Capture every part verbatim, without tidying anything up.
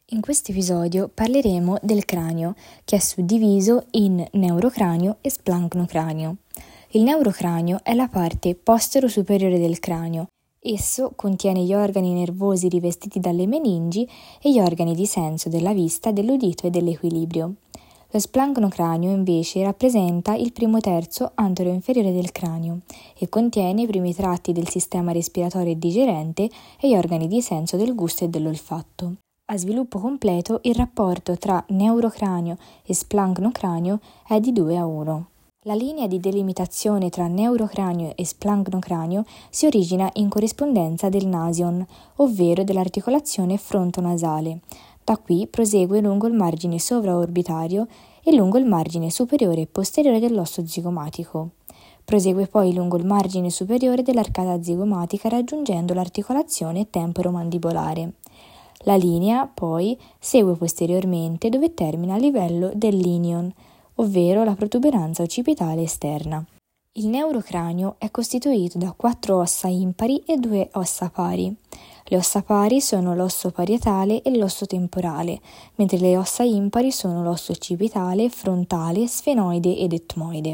In questo episodio parleremo del cranio, che è suddiviso in neurocranio e splancnocranio. Il neurocranio è la parte postero-superiore del cranio. Esso contiene gli organi nervosi rivestiti dalle meningi e gli organi di senso della vista, dell'udito e dell'equilibrio. Lo splancnocranio invece rappresenta il primo terzo antero-inferiore del cranio e contiene i primi tratti del sistema respiratorio e digerente e gli organi di senso del gusto e dell'olfatto. A sviluppo completo il rapporto tra neurocranio e splancnocranio è di due a uno. La linea di delimitazione tra neurocranio e splancnocranio si origina in corrispondenza del nasion, ovvero dell'articolazione frontonasale. Da qui prosegue lungo il margine sovraorbitario e lungo il margine superiore e posteriore dell'osso zigomatico. Prosegue poi lungo il margine superiore dell'arcata zigomatica raggiungendo l'articolazione temporomandibolare. La linea, poi, segue posteriormente dove termina a livello dell'inion, ovvero la protuberanza occipitale esterna. Il neurocranio è costituito da quattro ossa impari e due ossa pari. Le ossa pari sono l'osso parietale e l'osso temporale, mentre le ossa impari sono l'osso occipitale, frontale, sfenoide ed etmoide.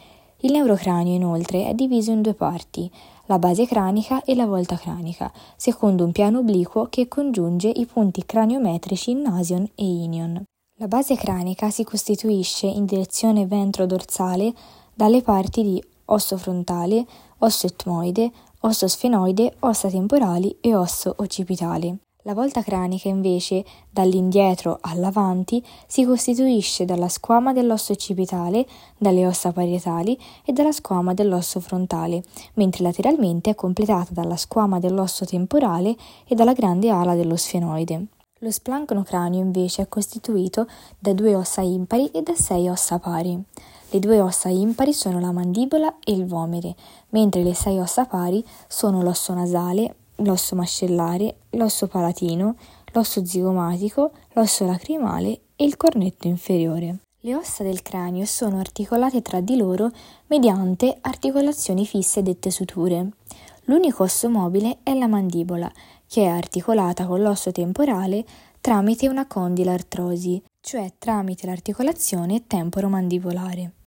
Il neurocranio inoltre è diviso in due parti, la base cranica e la volta cranica, secondo un piano obliquo che congiunge i punti craniometrici nasion e inion. La base cranica si costituisce in direzione ventrodorsale dalle parti di osso frontale, osso etmoide, osso sfenoide, ossa temporali e osso occipitale. La volta cranica invece, dall'indietro all'avanti, si costituisce dalla squama dell'osso occipitale, dalle ossa parietali e dalla squama dell'osso frontale, mentre lateralmente è completata dalla squama dell'osso temporale e dalla grande ala dello sfenoide. Lo splancnocranio invece è costituito da due ossa impari e da sei ossa pari. Le due ossa impari sono la mandibola e il vomere, mentre le sei ossa pari sono l'osso nasale, l'osso mascellare, l'osso palatino, l'osso zigomatico, l'osso lacrimale e il cornetto inferiore. Le ossa del cranio sono articolate tra di loro mediante articolazioni fisse dette suture. L'unico osso mobile è la mandibola, che è articolata con l'osso temporale tramite una condila artrosi, cioè tramite l'articolazione temporomandibolare.